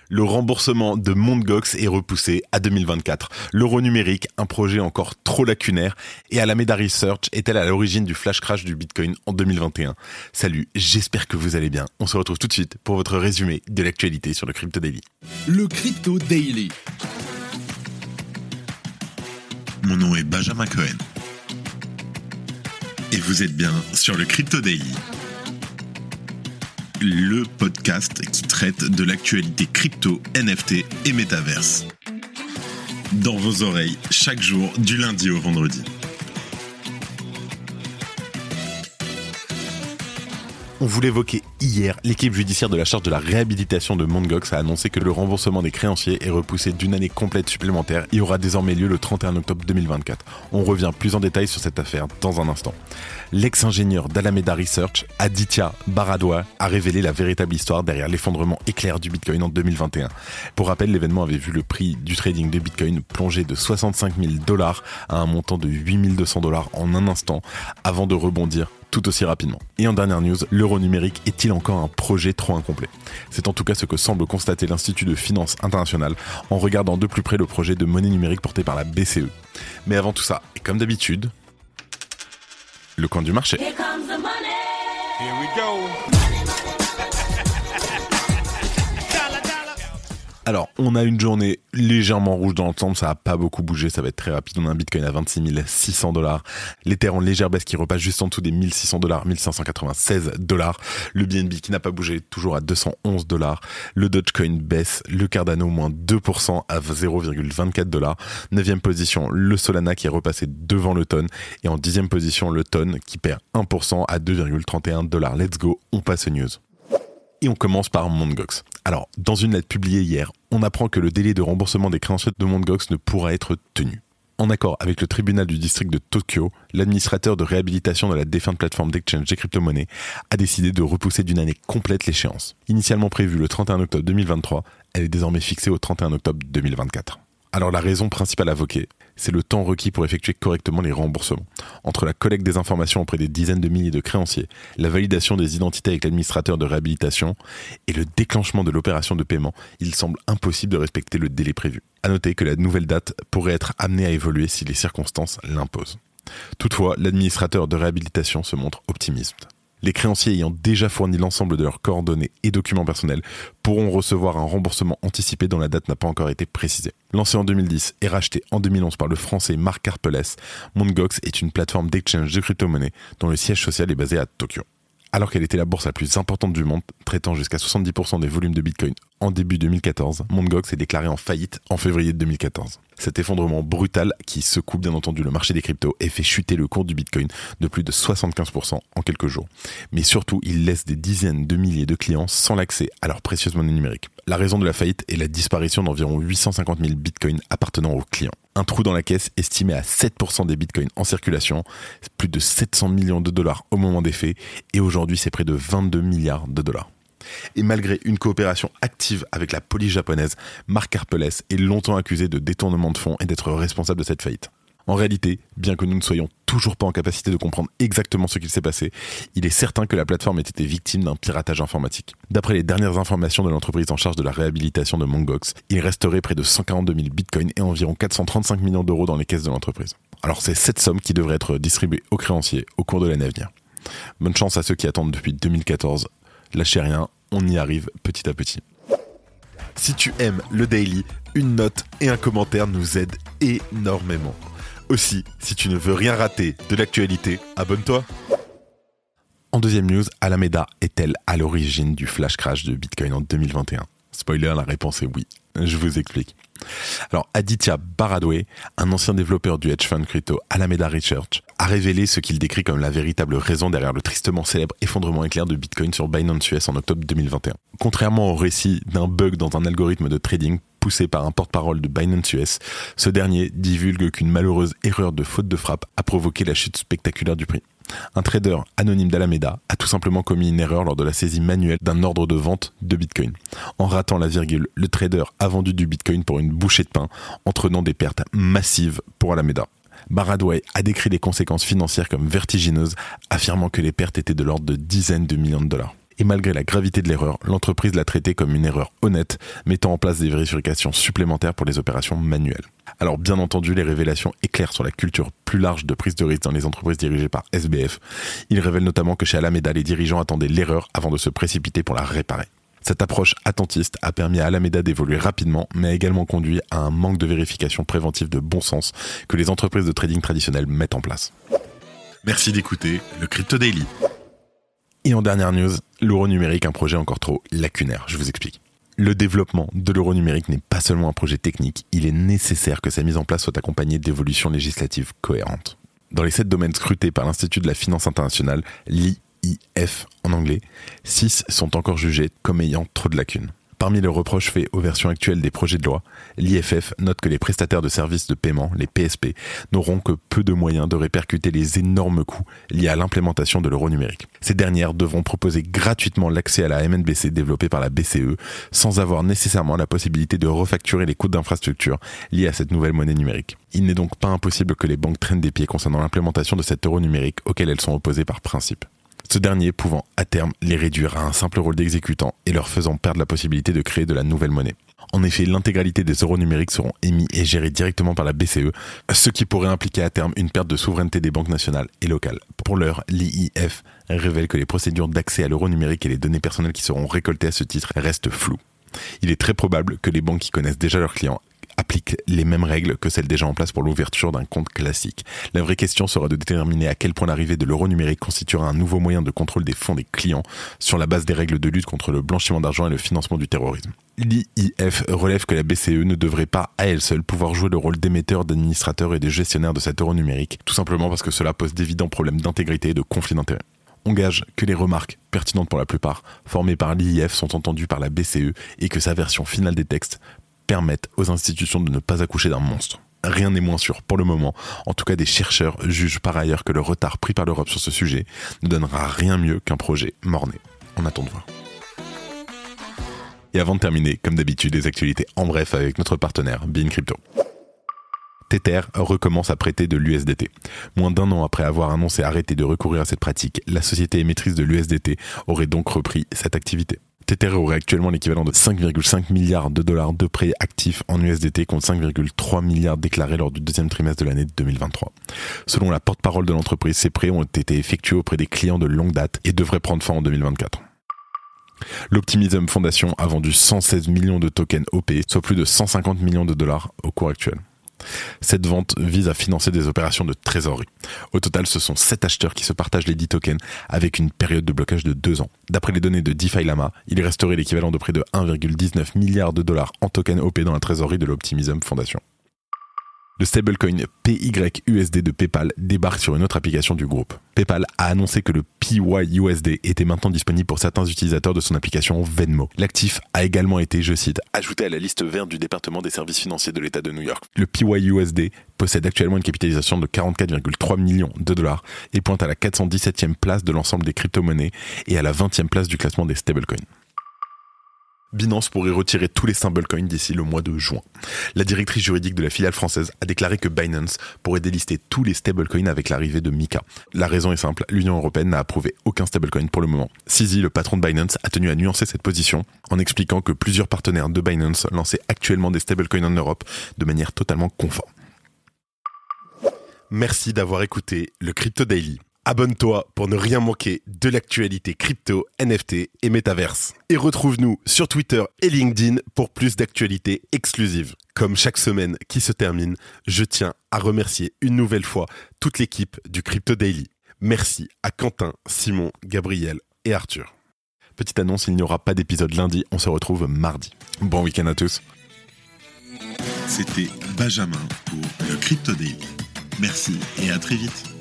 Le remboursement de Mt. Gox est repoussé à 2024. L'euro numérique, un projet encore trop lacunaire. Et Alameda Research est-elle à l'origine du flash crash du Bitcoin en 2021 ? Salut, j'espère que vous allez bien. On se retrouve tout de suite pour votre résumé de l'actualité sur le Crypto Daily. Le Crypto Daily. Mon nom est Benjamin Cohen. Et vous êtes bien sur le Crypto Daily. Le podcast qui traite de l'actualité crypto, NFT et métaverse. Dans vos oreilles, chaque jour, du lundi au vendredi. On vous l'évoquait hier, l'équipe judiciaire de la charge de la réhabilitation de Mt. Gox a annoncé que le remboursement des créanciers est repoussé d'une année complète supplémentaire et aura désormais lieu le 31 octobre 2024. On revient plus en détail sur cette affaire dans un instant. L'ex-ingénieur d'Alameda Research, Aditya Bharadwaj, a révélé la véritable histoire derrière l'effondrement éclair du Bitcoin en 2021. Pour rappel, l'événement avait vu le prix du trading de Bitcoin plonger de $65 000 à un montant de $8 200 en un instant avant de rebondir tout aussi rapidement. Et en dernière news, l'euro numérique est-il encore un projet trop incomplet ? C'est en tout cas ce que semble constater l'Institut de Finance Internationale en regardant de plus près le projet de monnaie numérique porté par la BCE. Mais avant tout ça, et comme d'habitude, le coin du marché. Here comes the money. Here we go. Alors, on a une journée légèrement rouge dans l'ensemble, ça n'a pas beaucoup bougé, ça va être très rapide. On a un Bitcoin à $26 600, l'Ether en légère baisse qui repasse juste en dessous des $1 600, $1 596. Le BNB qui n'a pas bougé, toujours à $211. Le Dogecoin baisse, le Cardano moins 2% à $0,24. 9e position, le Solana qui est repassé devant le Ton. Et en 10e position, le Ton qui perd 1% à $2,31. Let's go, on passe aux news. Et on commence par Mt. Gox. Alors, dans une lettre publiée hier, on apprend que le délai de remboursement des créanciers de Mt. Gox ne pourra être tenu. En accord avec le tribunal du district de Tokyo, l'administrateur de réhabilitation de la défunte plateforme d'exchange des crypto-monnaies a décidé de repousser d'une année complète l'échéance. Initialement prévue le 31 octobre 2023, elle est désormais fixée au 31 octobre 2024. Alors la raison principale invoquée, c'est le temps requis pour effectuer correctement les remboursements. Entre la collecte des informations auprès des dizaines de milliers de créanciers, la validation des identités avec l'administrateur de réhabilitation et le déclenchement de l'opération de paiement, il semble impossible de respecter le délai prévu. À noter que la nouvelle date pourrait être amenée à évoluer si les circonstances l'imposent. Toutefois, l'administrateur de réhabilitation se montre optimiste. Les créanciers ayant déjà fourni l'ensemble de leurs coordonnées et documents personnels pourront recevoir un remboursement anticipé dont la date n'a pas encore été précisée. Lancé en 2010 et racheté en 2011 par le français Mark Karpelès, Mt. Gox est une plateforme d'exchange de crypto-monnaies dont le siège social est basé à Tokyo. Alors qu'elle était la bourse la plus importante du monde, traitant jusqu'à 70% des volumes de Bitcoin en début 2014, Mt. Gox est déclaré en faillite en février 2014. Cet effondrement brutal qui secoue bien entendu le marché des cryptos et fait chuter le cours du Bitcoin de plus de 75% en quelques jours. Mais surtout, il laisse des dizaines de milliers de clients sans l'accès à leur précieuse monnaie numérique. La raison de la faillite est la disparition d'environ 850 000 Bitcoins appartenant aux clients. Un trou dans la caisse estimé à 7% des Bitcoins en circulation, plus de $700 millions au moment des faits, et aujourd'hui c'est près de $22 milliards. Et malgré une coopération active avec la police japonaise, Mark Karpelès est longtemps accusé de détournement de fonds et d'être responsable de cette faillite. En réalité, bien que nous ne soyons toujours pas en capacité de comprendre exactement ce qu'il s'est passé, il est certain que la plateforme ait été victime d'un piratage informatique. D'après les dernières informations de l'entreprise en charge de la réhabilitation de Mt. Gox, il resterait près de 142 000 bitcoins et environ 435 millions d'euros dans les caisses de l'entreprise. Alors c'est cette somme qui devrait être distribuée aux créanciers au cours de l'année à venir. Bonne chance à ceux qui attendent depuis 2014. Lâchez rien, on y arrive petit à petit. Si tu aimes le daily, une note et un commentaire nous aident énormément. Aussi, si tu ne veux rien rater de l'actualité, abonne-toi. En deuxième news, Alameda est-elle à l'origine du flash crash de Bitcoin en 2021 ? Spoiler, la réponse est oui. Je vous explique. Alors, Aditya Bharadwaj, un ancien développeur du hedge fund crypto Alameda Research, a révélé ce qu'il décrit comme la véritable raison derrière le tristement célèbre effondrement éclair de Bitcoin sur Binance US en octobre 2021. Contrairement au récit d'un bug dans un algorithme de trading poussé par un porte-parole de Binance US, ce dernier divulgue qu'une malheureuse erreur de faute de frappe a provoqué la chute spectaculaire du prix. Un trader anonyme d'Alameda a tout simplement commis une erreur lors de la saisie manuelle d'un ordre de vente de Bitcoin. En ratant la virgule, le trader a vendu du Bitcoin pour une bouchée de pain, entraînant des pertes massives pour Alameda. Bharadwaj a décrit les conséquences financières comme vertigineuses, affirmant que les pertes étaient de l'ordre de dizaines de millions de dollars. Et malgré la gravité de l'erreur, l'entreprise l'a traitée comme une erreur honnête, mettant en place des vérifications supplémentaires pour les opérations manuelles. Alors bien entendu, les révélations éclairent sur la culture plus large de prise de risque dans les entreprises dirigées par SBF. Ils révèlent notamment que chez Alameda, les dirigeants attendaient l'erreur avant de se précipiter pour la réparer. Cette approche attentiste a permis à Alameda d'évoluer rapidement, mais a également conduit à un manque de vérification préventive de bon sens que les entreprises de trading traditionnelles mettent en place. Merci d'écouter le Crypto Daily. Et en dernière news, l'euro numérique, un projet encore trop lacunaire, je vous explique. Le développement de l'euro numérique n'est pas seulement un projet technique, il est nécessaire que sa mise en place soit accompagnée d'évolutions législatives cohérentes. Dans les 7 domaines scrutés par l'Institut de la Finance Internationale, l'IIF en anglais, 6 sont encore jugés comme ayant trop de lacunes. Parmi les reproches faits aux versions actuelles des projets de loi, l'IFF note que les prestataires de services de paiement, les PSP, n'auront que peu de moyens de répercuter les énormes coûts liés à l'implémentation de l'euro numérique. Ces dernières devront proposer gratuitement l'accès à la MNBC développée par la BCE, sans avoir nécessairement la possibilité de refacturer les coûts d'infrastructure liés à cette nouvelle monnaie numérique. Il n'est donc pas impossible que les banques traînent des pieds concernant l'implémentation de cet euro numérique auquel elles sont opposées par principe. Ce dernier pouvant à terme les réduire à un simple rôle d'exécutant et leur faisant perdre la possibilité de créer de la nouvelle monnaie. En effet, l'intégralité des euros numériques seront émis et gérés directement par la BCE, ce qui pourrait impliquer à terme une perte de souveraineté des banques nationales et locales. Pour l'heure, l'IIF révèle que les procédures d'accès à l'euro numérique et les données personnelles qui seront récoltées à ce titre restent floues. Il est très probable que les banques qui connaissent déjà leurs clients applique les mêmes règles que celles déjà en place pour l'ouverture d'un compte classique. La vraie question sera de déterminer à quel point l'arrivée de l'euro numérique constituera un nouveau moyen de contrôle des fonds des clients sur la base des règles de lutte contre le blanchiment d'argent et le financement du terrorisme. L'IIF relève que la BCE ne devrait pas à elle seule pouvoir jouer le rôle d'émetteur, d'administrateur et de gestionnaire de cet euro numérique, tout simplement parce que cela pose d'évidents problèmes d'intégrité et de conflit d'intérêts. On gage que les remarques, pertinentes pour la plupart, formées par l'IIF sont entendues par la BCE et que sa version finale des textes permettent aux institutions de ne pas accoucher d'un monstre. Rien n'est moins sûr pour le moment. En tout cas, des chercheurs jugent par ailleurs que le retard pris par l'Europe sur ce sujet ne donnera rien mieux qu'un projet mort-né. On attend de voir. Et avant de terminer, comme d'habitude, les actualités en bref avec notre partenaire Bean Crypto. Tether recommence à prêter de l'USDT. Moins d'un an après avoir annoncé arrêter de recourir à cette pratique, la société émettrice de l'USDT aurait donc repris cette activité. Tether aurait actuellement l'équivalent de 5,5 milliards de dollars de prêts actifs en USDT contre 5,3 milliards déclarés lors du deuxième trimestre de l'année 2023. Selon la porte-parole de l'entreprise, ces prêts ont été effectués auprès des clients de longue date et devraient prendre fin en 2024. L'Optimism Foundation a vendu 116 millions de tokens OP, soit plus de 150 millions de dollars au cours actuel. Cette vente vise à financer des opérations de trésorerie. Au total, ce sont 7 acheteurs qui se partagent les 10 tokens avec une période de blocage de 2 ans. D'après les données de DeFi Lama, il resterait l'équivalent de près de 1,19 milliard de dollars en tokens OP dans la trésorerie de l'Optimism Foundation. Le stablecoin PYUSD de PayPal débarque sur une autre application du groupe. PayPal a annoncé que le PYUSD était maintenant disponible pour certains utilisateurs de son application Venmo. L'actif a également été, je cite, ajouté à la liste verte du département des services financiers de l'État de New York. Le PYUSD possède actuellement une capitalisation de 44,3 millions de dollars et pointe à la 417e place de l'ensemble des crypto-monnaies et à la 20e place du classement des stablecoins. Binance pourrait retirer tous les stablecoins d'ici le mois de juin. La directrice juridique de la filiale française a déclaré que Binance pourrait délister tous les stablecoins avec l'arrivée de Mika. La raison est simple, l'Union européenne n'a approuvé aucun stablecoin pour le moment. CZ, le patron de Binance, a tenu à nuancer cette position en expliquant que plusieurs partenaires de Binance lançaient actuellement des stablecoins en Europe de manière totalement conforme. Merci d'avoir écouté le Crypto Daily. Abonne-toi pour ne rien manquer de l'actualité crypto, NFT et métaverse. Et retrouve-nous sur Twitter et LinkedIn pour plus d'actualités exclusives. Comme chaque semaine qui se termine, je tiens à remercier une nouvelle fois toute l'équipe du Crypto Daily. Merci à Quentin, Simon, Gabriel et Arthur. Petite annonce, il n'y aura pas d'épisode lundi, on se retrouve mardi. Bon week-end à tous. C'était Benjamin pour le Crypto Daily. Merci et à très vite.